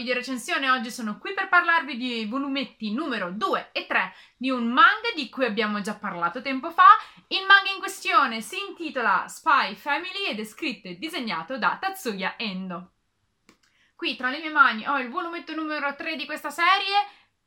video recensione. Oggi sono qui per parlarvi di volumetti numero 2 e 3 di un manga di cui abbiamo già parlato tempo fa. Il manga in questione si intitola Spy Family ed è scritto e disegnato da Tatsuya Endo. Qui tra le mie mani ho il volumetto numero 3 di questa serie,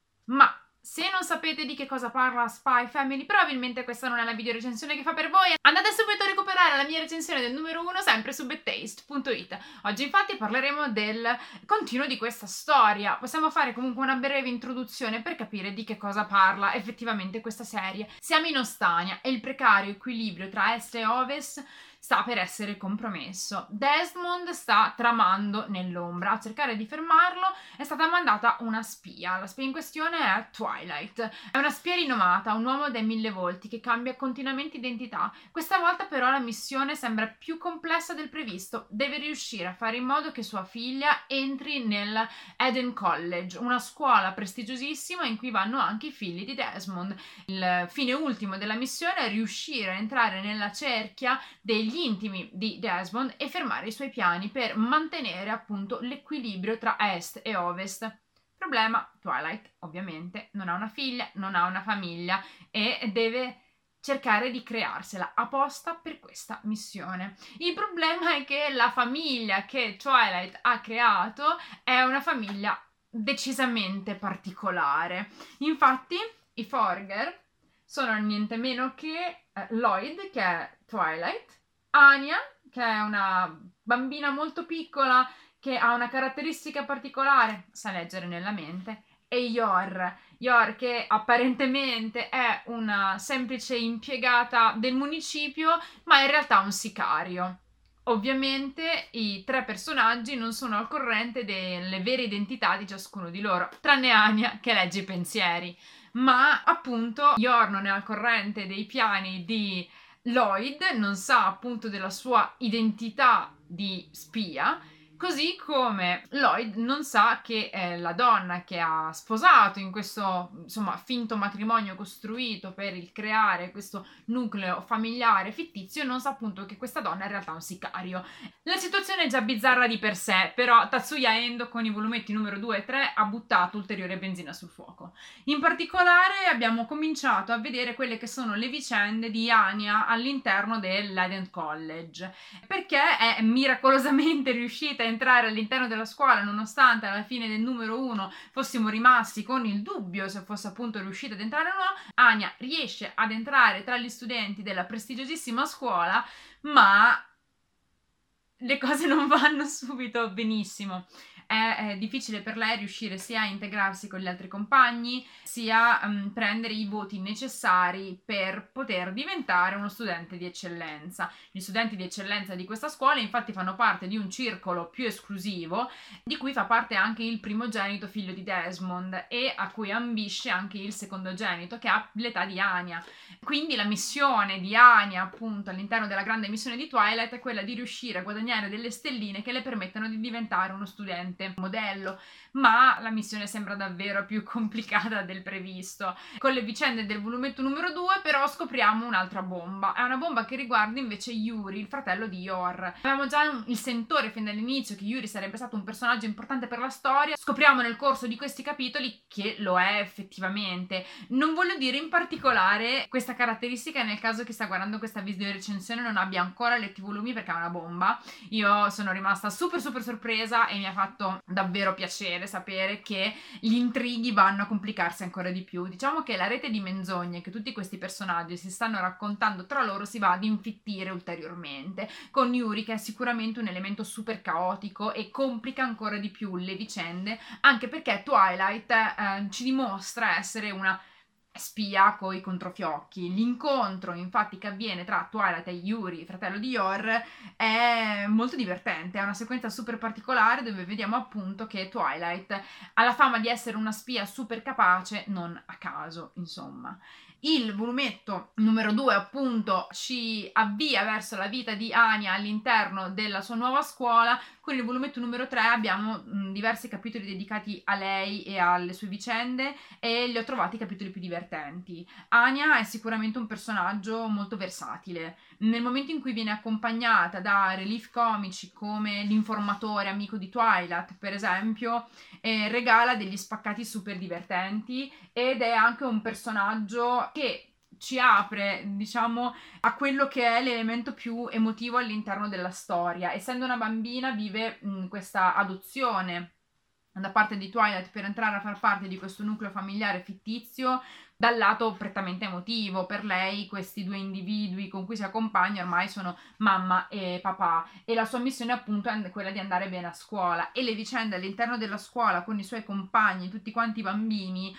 ma se non sapete di che cosa parla Spy Family, probabilmente questa non è la video recensione che fa per voi. Andate subito a recuperare la mia recensione del numero 1 sempre su bettaste.it. Oggi infatti parleremo del continuo di questa storia. Possiamo fare comunque una breve introduzione per capire di che cosa parla effettivamente questa serie. Siamo in Ostania e il precario equilibrio tra est e ovest sta per essere compromesso. Desmond sta tramando nell'ombra. A cercare di fermarlo è stata mandata una spia. La spia in questione è Twilight. È una spia rinomata, un uomo dai 1000 volti che cambia continuamente identità. Questa volta però la missione sembra più complessa del previsto. Deve riuscire a fare in modo che sua figlia entri nel Eden College, una scuola prestigiosissima in cui vanno anche i figli di Desmond. Il fine ultimo della missione è riuscire a entrare nella cerchia degli intimi di Desmond e fermare i suoi piani per mantenere appunto l'equilibrio tra est e ovest. Problema: Twilight ovviamente non ha una figlia, non ha una famiglia e deve cercare di crearsela apposta per questa missione. Il problema è che la famiglia che Twilight ha creato è una famiglia decisamente particolare. Infatti i Forger sono niente meno che Lloyd, che è Twilight, Anya, che è una bambina molto piccola che ha una caratteristica particolare, sa leggere nella mente, e Yor, che apparentemente è una semplice impiegata del municipio, ma in realtà un sicario. Ovviamente i tre personaggi non sono al corrente delle vere identità di ciascuno di loro, tranne Anya che legge i pensieri, ma appunto Yor non è al corrente dei piani di Lloyd, non sa appunto della sua identità di spia, così come Lloyd non sa che la donna che ha sposato in questo, insomma, finto matrimonio costruito per il creare questo nucleo familiare fittizio, non sa appunto che questa donna è in realtà un sicario. La situazione è già bizzarra di per sé, però Tatsuya Endo con i volumetti numero 2 e 3 ha buttato ulteriore benzina sul fuoco. In particolare abbiamo cominciato a vedere quelle che sono le vicende di Anya all'interno dell'Eden College, perché è miracolosamente riuscita a entrare all'interno della scuola nonostante alla fine del numero 1 fossimo rimasti con il dubbio se fosse appunto riuscita ad entrare o no. Anya riesce ad entrare tra gli studenti della prestigiosissima scuola, ma le cose non vanno subito benissimo. È difficile per lei riuscire sia a integrarsi con gli altri compagni, sia prendere i voti necessari per poter diventare uno studente di eccellenza. Gli studenti di eccellenza di questa scuola infatti fanno parte di un circolo più esclusivo, di cui fa parte anche il primogenito figlio di Desmond e a cui ambisce anche il secondogenito, che ha l'età di Anya. Quindi la missione di Anya, appunto, all'interno della grande missione di Twilight è quella di riuscire a guadagnare delle stelline che le permettano di diventare uno studente modello, ma la missione sembra davvero più complicata del previsto. Con le vicende del volumetto numero 2 però scopriamo un'altra bomba. È una bomba che riguarda invece Yuri, il fratello di Yor. Avevamo già il sentore fin dall'inizio che Yuri sarebbe stato un personaggio importante per la storia. Scopriamo nel corso di questi capitoli che lo è effettivamente. Non voglio dire in particolare questa caratteristica nel caso chi sta guardando questa video recensione non abbia ancora letto i volumi, perché è una bomba. Io sono rimasta super sorpresa e mi ha fatto davvero piacere sapere che gli intrighi vanno a complicarsi ancora di più. Diciamo che la rete di menzogne che tutti questi personaggi si stanno raccontando tra loro si va ad infittire ulteriormente, con Yuri che è sicuramente un elemento super caotico e complica ancora di più le vicende, anche perché Twilight ci dimostra essere una spia coi controfiocchi. L'incontro infatti che avviene tra Twilight e Yuri, fratello di Yor, è molto divertente. È una sequenza super particolare dove vediamo appunto che Twilight ha la fama di essere una spia super capace, non a caso, insomma. Il volumetto numero 2 appunto ci avvia verso la vita di Anya all'interno della sua nuova scuola. Con il volumetto numero 3 abbiamo diversi capitoli dedicati a lei e alle sue vicende, e li ho trovati capitoli più divertenti divertenti. Anya è sicuramente un personaggio molto versatile. Nel momento in cui viene accompagnata da relief comici come l'informatore amico di Twilight, per esempio, regala degli spaccati super divertenti ed è anche un personaggio che ci apre, diciamo, a quello che è l'elemento più emotivo all'interno della storia. Essendo una bambina vive questa adozione da parte di Twilight per entrare a far parte di questo nucleo familiare fittizio dal lato prettamente emotivo. Per lei questi due individui con cui si accompagna ormai sono mamma e papà e la sua missione appunto è quella di andare bene a scuola, e le vicende all'interno della scuola con i suoi compagni, tutti quanti i bambini,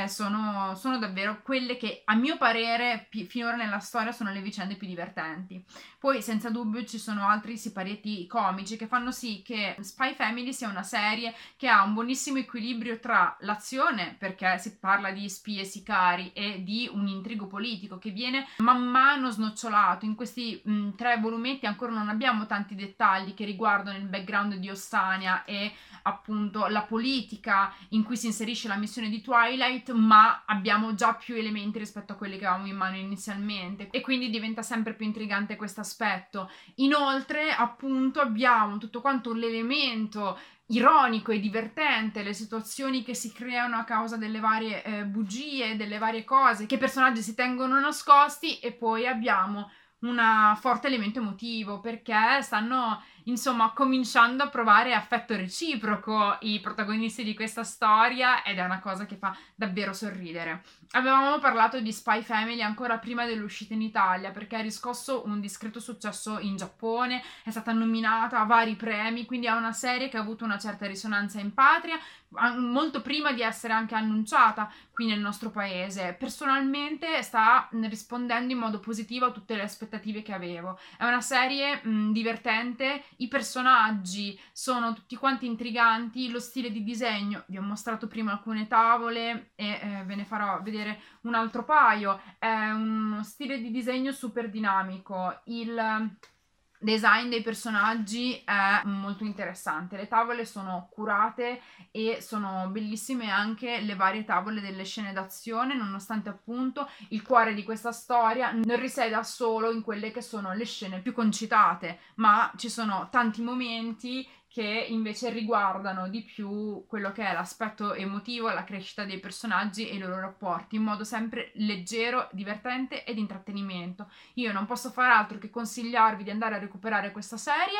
sono davvero quelle che a mio parere finora nella storia sono le vicende più divertenti. Poi senza dubbio ci sono altri siparietti comici che fanno sì che Spy Family sia una serie che ha un buonissimo equilibrio tra l'azione, perché si parla di spie, sicari e di un intrigo politico che viene man mano snocciolato. In questi 3 volumetti ancora non abbiamo tanti dettagli che riguardano il background di Ossania e appunto la politica in cui si inserisce la missione di Twilight, ma abbiamo già più elementi rispetto a quelli che avevamo in mano inizialmente e quindi diventa sempre più intrigante questo aspetto. Inoltre appunto abbiamo tutto quanto l'elemento ironico e divertente, le situazioni che si creano a causa delle varie bugie, delle varie cose che i personaggi si tengono nascosti, e poi abbiamo un forte elemento emotivo perché stanno insomma cominciando a provare affetto reciproco i protagonisti di questa storia, ed è una cosa che fa davvero sorridere. Avevamo parlato di Spy Family ancora prima dell'uscita in Italia perché ha riscosso un discreto successo in Giappone, è stata nominata a vari premi, quindi è una serie che ha avuto una certa risonanza in patria molto prima di essere anche annunciata qui nel nostro paese. Personalmente sta rispondendo in modo positivo a tutte le aspettative che avevo. È una serie divertente, i personaggi sono tutti quanti intriganti, lo stile di disegno, vi ho mostrato prima alcune tavole e ve ne farò vedere un altro paio. È uno stile di disegno super dinamico, il design dei personaggi è molto interessante, le tavole sono curate e sono bellissime anche le varie tavole delle scene d'azione, nonostante appunto il cuore di questa storia non risieda solo in quelle che sono le scene più concitate, ma ci sono tanti momenti che invece riguardano di più quello che è l'aspetto emotivo, la crescita dei personaggi e i loro rapporti, in modo sempre leggero, divertente ed intrattenimento. Io non posso fare altro che consigliarvi di andare a recuperare questa serie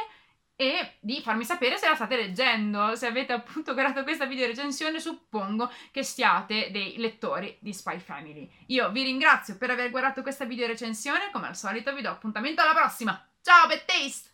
e di farmi sapere se la state leggendo. Se avete appunto guardato questa video recensione, suppongo che siate dei lettori di Spy Family. Io vi ringrazio per aver guardato questa video recensione, come al solito vi do appuntamento alla prossima. Ciao, bad taste!